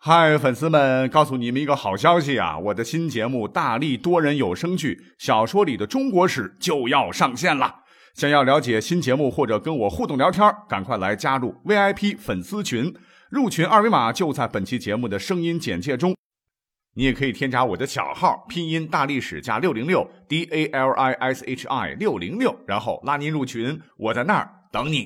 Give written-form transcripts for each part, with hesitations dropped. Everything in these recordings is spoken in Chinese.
嗨，粉丝们，告诉你们一个好消息啊！我的新节目《大力多人有声剧小说里的中国史》就要上线了。想要了解新节目或者跟我互动聊天，赶快来加入 VIP 粉丝群，入群二维码就在本期节目的声音简介中。你也可以添加我的小号，拼音大历史加606 DALISHI 606，然后拉您入群，我在那儿等你。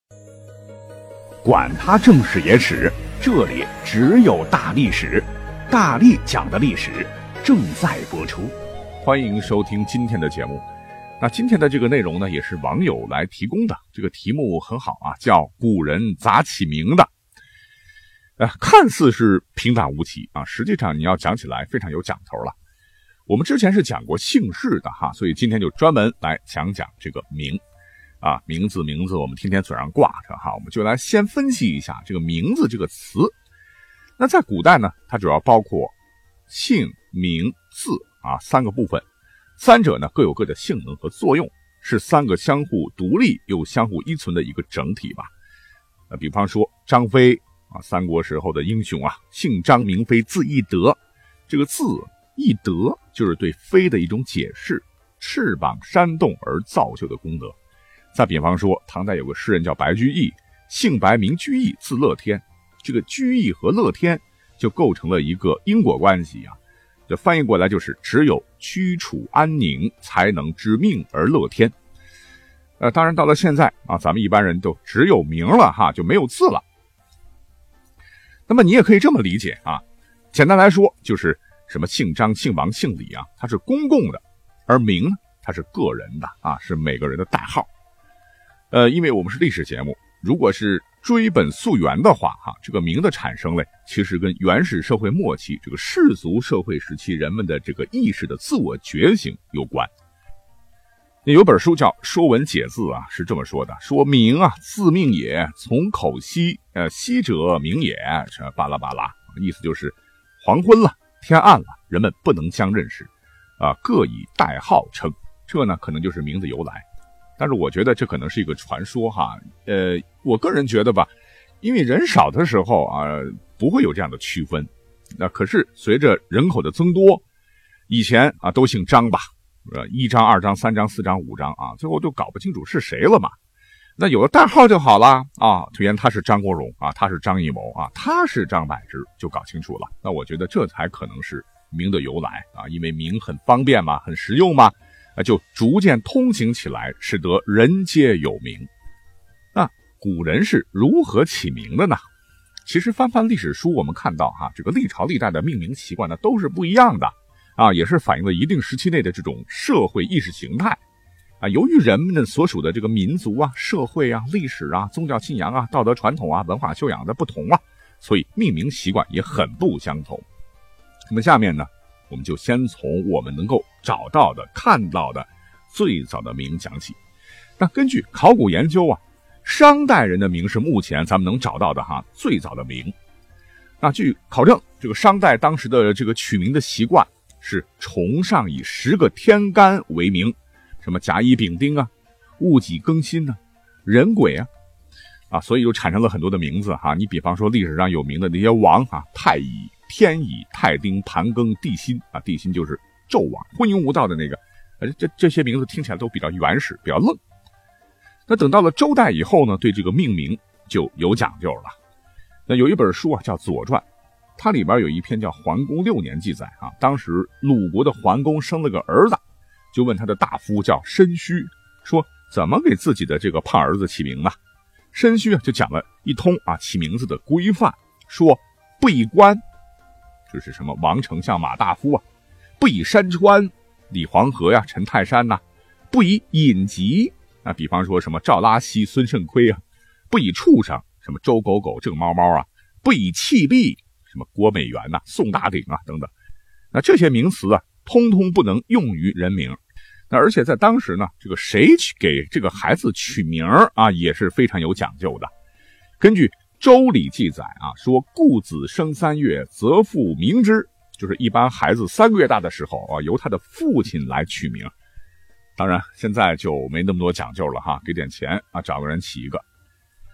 管他正史野史，这里只有大历史，大力讲的历史正在播出，欢迎收听今天的节目。那今天的这个内容呢，也是网友来提供的，这个题目很好啊，叫古人咋起名的。看似是平淡无奇啊，实际上你要讲起来非常有讲头了。我们之前是讲过姓氏的哈，所以今天就专门来讲讲这个名啊，名字我们天天嘴上挂着哈，我们就来先分析一下这个名字这个词。那在古代呢，它主要包括姓名字啊三个部分，三者呢各有各的性能和作用，是三个相互独立又相互依存的一个整体吧。比方说张飞啊，三国时候的英雄啊，姓张名飞字翼德，这个字翼德就是对飞的一种解释，翅膀扇动而造就的功德。再比方说唐代有个诗人叫白居易，姓白名居易字乐天，这个居易和乐天就构成了一个因果关系啊，这翻译过来就是只有居处安宁才能知命而乐天。当然到了现在啊，咱们一般人都只有名了哈，就没有字了。那么你也可以这么理解啊，简单来说就是什么姓张姓王姓李啊，它是公共的，而名呢它是个人的啊，是每个人的代号。因为我们是历史节目，如果是追本溯源的话哈，这个名的产生嘞，其实跟原始社会末期这个氏族社会时期人们的这个意识的自我觉醒有关。有本书叫《说文解字》啊，是这么说的，说名啊，自命也，从口息，息者名也，巴拉巴拉，意思就是黄昏了，天暗了，人们不能相认识啊，各以代号称，这呢可能就是名字由来。但是我觉得这可能是一个传说哈，我个人觉得吧，因为人少的时候啊，不会有这样的区分。那可是随着人口的增多，以前啊都姓张吧，1张2张3张4张5张啊，最后就搞不清楚是谁了嘛。那有了代号就好了啊，推言他是张国荣啊，他是张艺谋啊，他是张柏芝，就搞清楚了。那我觉得这才可能是名的由来啊，因为名很方便嘛，很实用嘛。就逐渐通行起来，使得人皆有名。那古人是如何起名的呢？其实翻历史书，我们看到哈，这个历朝历代的命名习惯呢都是不一样的啊，也是反映了一定时期内的这种社会意识形态啊。由于人们所属的这个民族啊、社会啊、历史啊、宗教信仰啊、道德传统啊、文化修养的不同啊，所以命名习惯也很不相同。那么下面呢，我们就先从我们能够找到的、看到的最早的名讲起。那根据考古研究啊，商代人的名是目前咱们能找到的最早的名。那据考证，这个商代当时的这个取名的习惯是崇尚以10个天干为名，什么甲乙丙丁啊、戊己庚辛啊、壬癸啊，所以就产生了很多的名字哈。你比方说历史上有名的那些王啊，太乙、天乙、太丁、盘庚、地辛啊，地辛就是纣王，昏庸无道的那个，这些名字听起来都比较原始，比较愣。那等到了周代以后呢，对这个命名就有讲究了。那有一本书啊叫《左传》，它里边有一篇叫《桓公6年》记载啊，当时鲁国的桓公生了个儿子，就问他的大夫叫申须，说怎么给自己的这个胖儿子起名呢？申须就讲了一通啊起名字的规范，说不以官，就是什么王丞相、马大夫啊；不以山川，李黄河呀、陈泰山呐；不以隐疾啊，比方说什么赵拉西、孙胜亏啊；不以畜生，什么周狗狗、郑猫猫啊；不以器吏，什么郭美元呐、宋大鼎啊等等。那这些名词啊，通通不能用于人名。那而且在当时呢，这个谁给这个孩子取名啊，也是非常有讲究的。根据《周礼》记载啊，说故子生3月，则父名之，就是一般孩子3个月大的时候啊，由他的父亲来取名。当然现在就没那么多讲究了哈，给点钱啊，找个人起一个。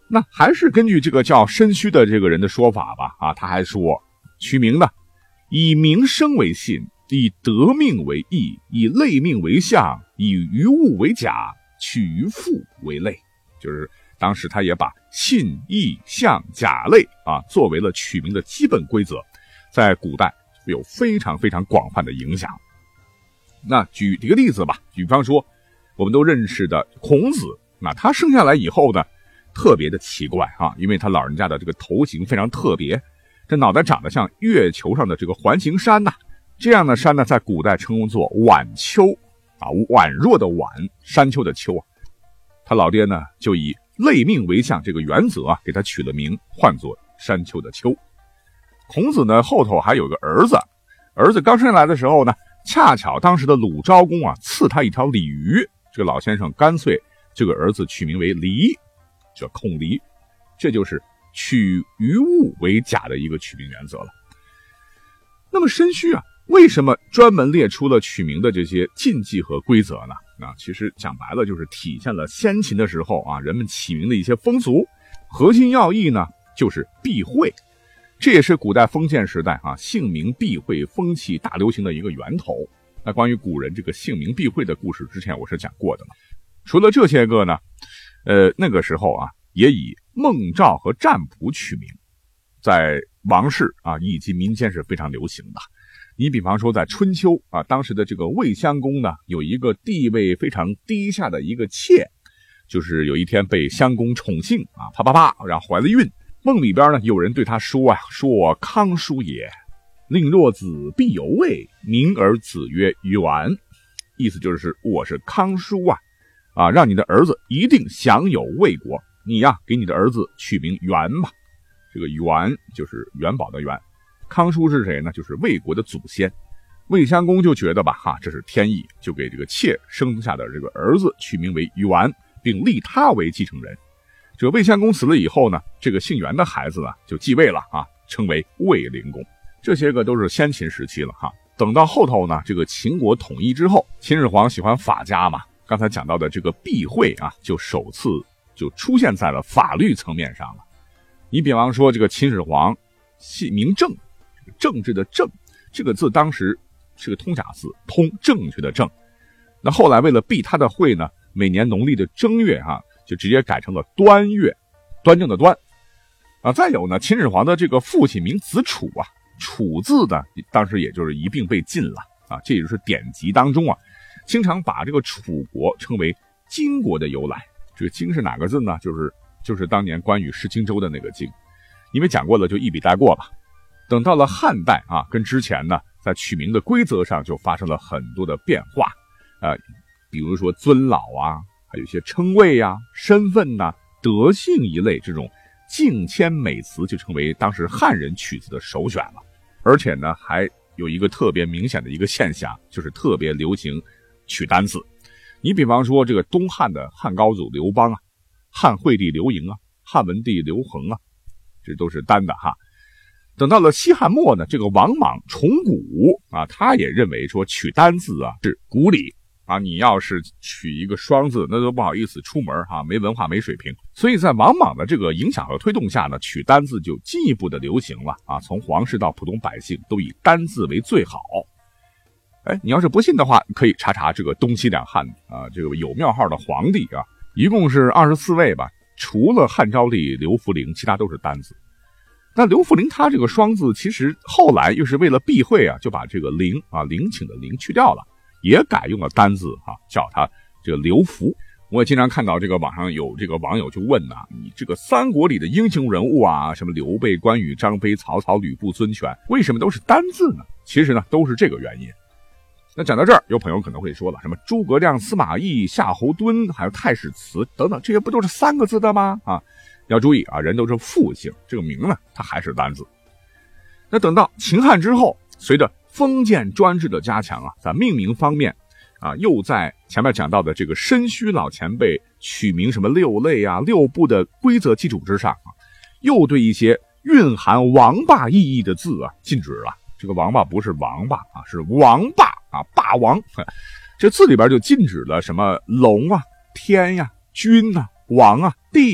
那还是根据这个叫申须的这个人的说法吧，他还说取名呢，以名声为信，以德命为义，以类命为相，以余物为甲，取于父为类。就是当时他也把信、义、相、甲类作为了取名的基本规则，在古代有非常非常广泛的影响。那举一个例子吧，比方说我们都认识的孔子，那他生下来以后呢，特别的奇怪因为他老人家的这个头型非常特别，这脑袋长得像月球上的这个环形山这样的山呢，在古代称作晚丘宛若的宛，山丘的丘他老爹呢就以类命为相这个原则给他取了名，唤作山丘的丘。孔子呢后头还有个儿子刚生下来的时候呢，恰巧当时的鲁昭公赐他一条鲤鱼，这个老先生干脆这个儿子取名为离，叫孔离，这就是取于物为甲的一个取名原则了。那么申须为什么专门列出了取名的这些禁忌和规则呢？其实讲白了就是体现了先秦的时候人们起名的一些风俗，核心要义呢就是避讳，这也是古代封建时代姓名避讳风气大流行的一个源头。那关于古人这个姓名避讳的故事，之前我是讲过的了。除了这些个呢，那个时候也以孟赵和占卜取名，在王室以及民间是非常流行的。你比方说在春秋当时的这个魏襄公呢，有一个地位非常低下的一个妾，就是有一天被襄公宠幸啪啪啪，然后怀了孕。梦里边呢，有人对他说说我康叔也，令若子必有位，名而子曰元。意思就是我是康叔让你的儿子一定享有魏国，你给你的儿子取名元吧。这个元就是元宝的元，康叔是谁呢？就是魏国的祖先。魏襄公就觉得这是天意，就给这个妾生下的这个儿子取名为元，并立他为继承人。这个魏襄公死了以后呢，这个姓元的孩子就继位了称为魏灵公。这些个都是先秦时期了等到后头呢，这个秦国统一之后，秦始皇喜欢法家嘛，刚才讲到的这个避讳就首次就出现在了法律层面上了。你比方说这个秦始皇姓名政，政治的政这个字当时是个通假字，通正确的正。那后来为了避他的讳呢，每年农历的正月就直接改成了端月，端正的端再有呢，秦始皇的这个父亲名子楚楚字呢当时也就是一并被禁了这也就是典籍当中经常把这个楚国称为荆国的由来。这个荆是哪个字呢？就是当年关羽失荆州的那个荆，因为讲过了就一笔带过吧。等到了汉代跟之前呢，在取名的规则上就发生了很多的变化比如说尊老还有一些称谓身份德性一类这种敬谦美词就成为当时汉人取字的首选了。而且呢，还有一个特别明显的一个现象，就是特别流行取单字。你比方说这个东汉的汉高祖刘邦汉惠帝刘盈汉文帝刘恒这都是单的等到了西汉末呢，这个王莽重古他也认为说取单字是古礼你要是取一个双字，那都不好意思出门没文化没水平。所以在王莽的这个影响和推动下呢，取单字就进一步的流行了从皇室到普通百姓都以单字为最好。你要是不信的话，可以查查这个东西两汉这个有庙号的皇帝一共是24位吧，除了汉昭帝刘弗陵，其他都是单字。那刘弗陵他这个双字其实后来又是为了避讳就把这个陵陵寝的陵去掉了，也改用了单字叫他这个刘福。我也经常看到这个网上有这个网友就问你这个三国里的英雄人物什么刘备、关羽、张飞、曹操、吕布、孙权，为什么都是单字呢？其实呢都是这个原因。那讲到这儿，有朋友可能会说了，什么诸葛亮、司马懿、夏侯惇还有太史慈等等，这些不都是3个字的吗？要注意人都是复姓，这个名呢它还是单字。那等到秦汉之后，随着封建专制的加强在命名方面又在前面讲到的这个申须老前辈取名什么6类6部的规则基础之上又对一些蕴含王霸意义的字禁止了。这个王霸不是王霸是王霸霸王。这字里边就禁止了什么龙天君王帝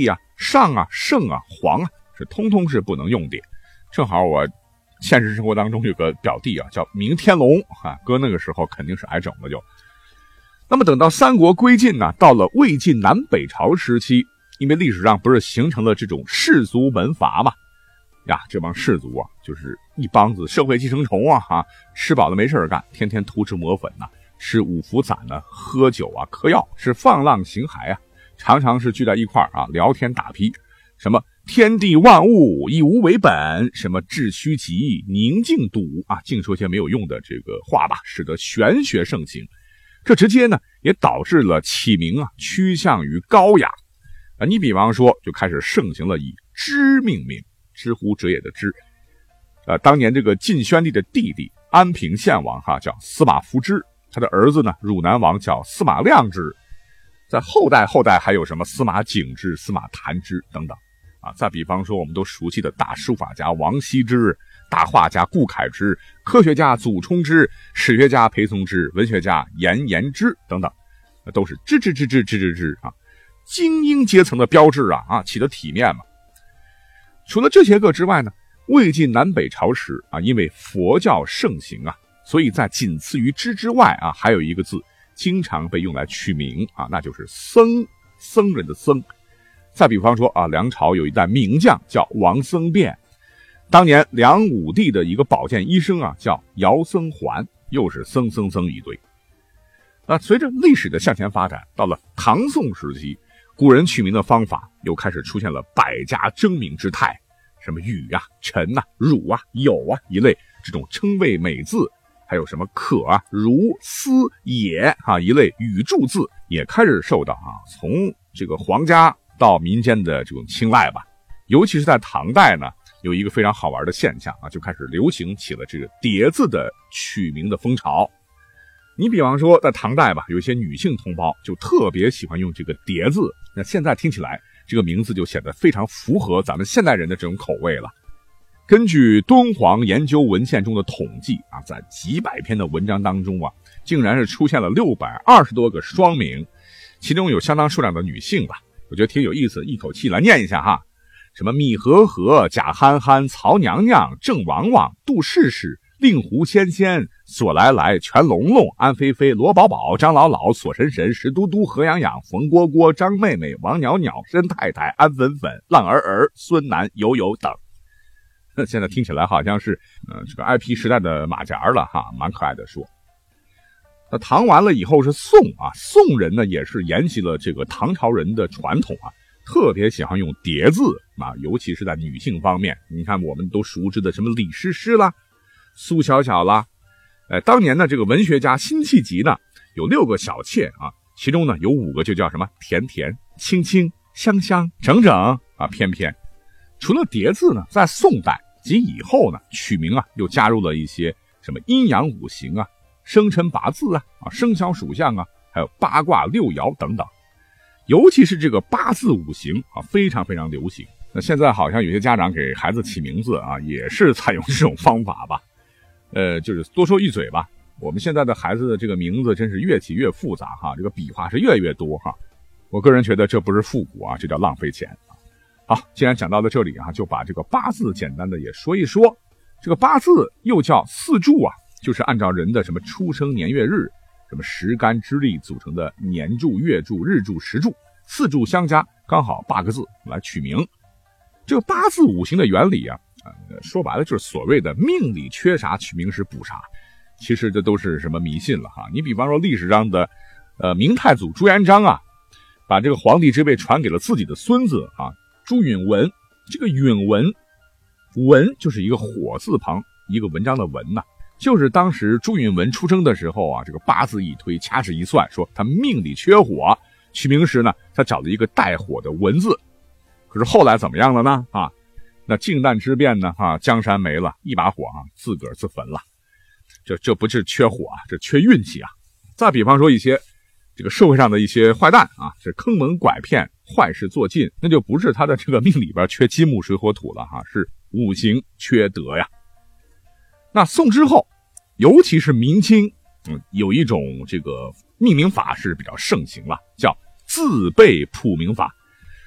上啊、圣啊、皇啊，是通通是不能用的。正好我现实生活当中有个表弟啊，叫明天龙啊，搁那个时候肯定是挨整了就。那么等到三国归晋呢，到了魏晋南北朝时期，因为历史上不是形成了这种士族门阀嘛，呀，这帮士族啊，就是一帮子社会寄生虫啊，吃饱了没事干，天天涂脂抹粉呐，吃五福散呢，喝酒啊，嗑药，是放浪形骸啊，常常是聚在一块啊，聊天打屁，什么天地万物以无为本，什么致虚极，宁静笃啊，净说些没有用的这个话吧，使得玄学盛行。这直接呢也导致了起名啊趋向于高雅啊。你比方说就开始盛行了以支命名，知乎者也的支。当年这个晋宣帝的弟弟安平献王叫司马孚之，他的儿子呢汝南王叫司马亮之，在后代还有什么司马景之、司马谈之等等啊。再比方说我们都熟悉的大书法家王羲之，大画家顾恺之，科学家祖冲之，史学家裴松之，文学家颜延之等等，都是之啊，精英阶层的标志啊，起的体面嘛。除了这些个之外呢，魏晋南北朝时啊，因为佛教盛行啊，所以在仅次于之之外啊，还有一个字经常被用来取名啊，那就是僧，僧人的僧。再比方说啊，梁朝有一代名将叫王僧辩。当年梁武帝的一个保健医生啊，叫姚僧环，又是僧一堆。随着历史的向前发展，到了唐宋时期，古人取名的方法又开始出现了百家争鸣之态，什么禹啊、陈啊、汝啊、有啊一类这种称谓美字，还有什么可啊、如、思、也一类语助字，也开始受到从这个皇家到民间的这种青睐吧。尤其是在唐代呢，有一个非常好玩的现象就开始流行起了这个叠字的取名的风潮。你比方说在唐代吧，有一些女性同胞就特别喜欢用这个叠字，那现在听起来这个名字就显得非常符合咱们现代人的这种口味了。根据敦煌研究文献中的统计在几百篇的文章当中竟然是出现了620多个双名，其中有相当数量的女性吧，我觉得挺有意思，一口气来念一下什么米和和、贾憨憨、曹娘娘、郑王王、杜氏氏、令狐仙仙、索来来、全龙龙、安菲菲、罗宝宝、张老老、索神神、石嘟嘟、何痒痒、冯蝈蝈、张妹妹、王袅袅、申太太、安粉粉、浪儿儿、孙楠、友友等。现在听起来好像是这个 IP 时代的马甲了蛮可爱的说。那唐完了以后是宋宋人呢也是沿袭了这个唐朝人的传统特别喜欢用叠字尤其是在女性方面。你看我们都熟知的什么李师师啦、苏小小啦，当年呢这个文学家辛弃疾呢有6个小妾其中呢有5个就叫什么甜甜、清清、香香、整整翩翩。除了叠字呢，在宋代及以后呢，取名又加入了一些什么阴阳五行生辰八字生肖属相还有八卦六爻等等。尤其是这个八字五行非常非常流行。那现在好像有些家长给孩子起名字也是采用这种方法吧。就是多说一嘴吧，我们现在的孩子的这个名字真是越起越复杂这个笔画是越来越多我个人觉得这不是复古这叫浪费钱。好，既然讲到了这里就把这个八字简单的也说一说。这个八字又叫四柱就是按照人的什么出生年月日、什么时干之力组成的年柱、月柱、日柱、时柱，四柱相加刚好8个字来取名。这个八字五行的原理说白了就是所谓的命里缺啥取名时补啥，其实这都是什么迷信了你比方说历史上的明太祖朱元璋把这个皇帝之位传给了自己的孙子朱允文。这个允文，文就是一个火字旁一个文章的文就是当时朱允文出生的时候这个八字一推，掐指一算，说他命里缺火，取名时呢他找了一个带火的文字。可是后来怎么样了呢那靖难之变呢江山没了，一把火自个儿自焚了。这不是缺火这缺运气再比方说一些这个社会上的一些坏蛋是坑蒙拐骗、坏事做尽，那就不是他的这个命里边缺金木水火土了是五行缺德呀。那宋之后，尤其是明清有一种这个命名法是比较盛行了，叫自备普名法。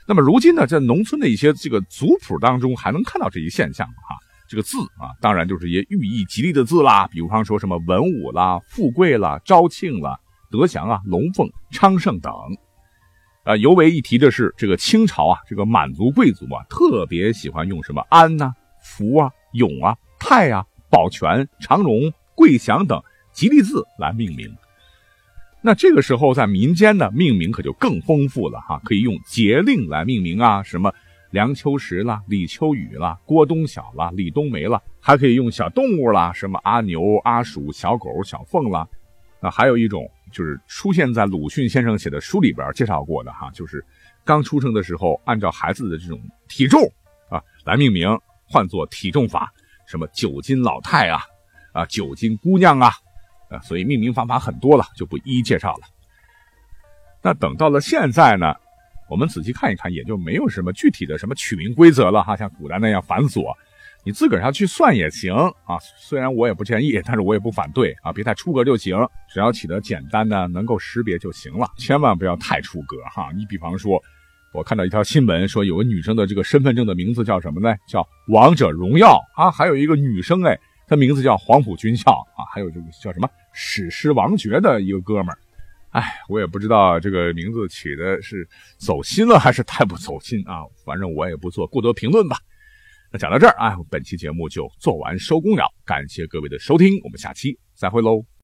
那么如今呢，在农村的一些这个族谱当中还能看到这一现象哈。这个字啊，当然就是一些寓意吉利的字啦，比方说什么文武啦、富贵啦、昭庆啦、德祥啊、龙凤、昌盛等。尤为一提的是，这个清朝啊，这个满族贵族啊，特别喜欢用什么安啊、福啊、永啊、泰啊、保全、长荣、贵祥等吉利字来命名。那这个时候在民间呢，命名可就更丰富了哈，可以用节令来命名啊，什么梁秋实啦、李秋雨啦、郭冬晓啦、李冬梅啦，还可以用小动物啦，什么阿牛、阿鼠、小狗、小凤啦。那还有一种就是出现在鲁迅先生写的书里边介绍过的哈，就是刚出生的时候按照孩子的这种体重啊来命名，换作体重法，什么9斤老太啊、9斤姑娘啊，所以命名方法很多了，就不一一介绍了。那等到了现在呢，我们仔细看一看，也就没有什么具体的什么取名规则了哈，像古代那样繁琐，你自个儿要去算也行啊。虽然我也不建议，但是我也不反对啊，别太出格就行，只要起得简单的，能够识别就行了，千万不要太出格哈。你比方说，我看到一条新闻说，有个女生的这个身份证的名字叫什么呢？叫王者荣耀啊，还有一个女生她名字叫黄埔军校啊，还有这个叫什么史诗王爵的一个哥们儿。我也不知道这个名字起的是走心了还是太不走心啊，反正我也不做过多评论吧。那讲到这儿本期节目就做完收工了，感谢各位的收听，我们下期再会喽。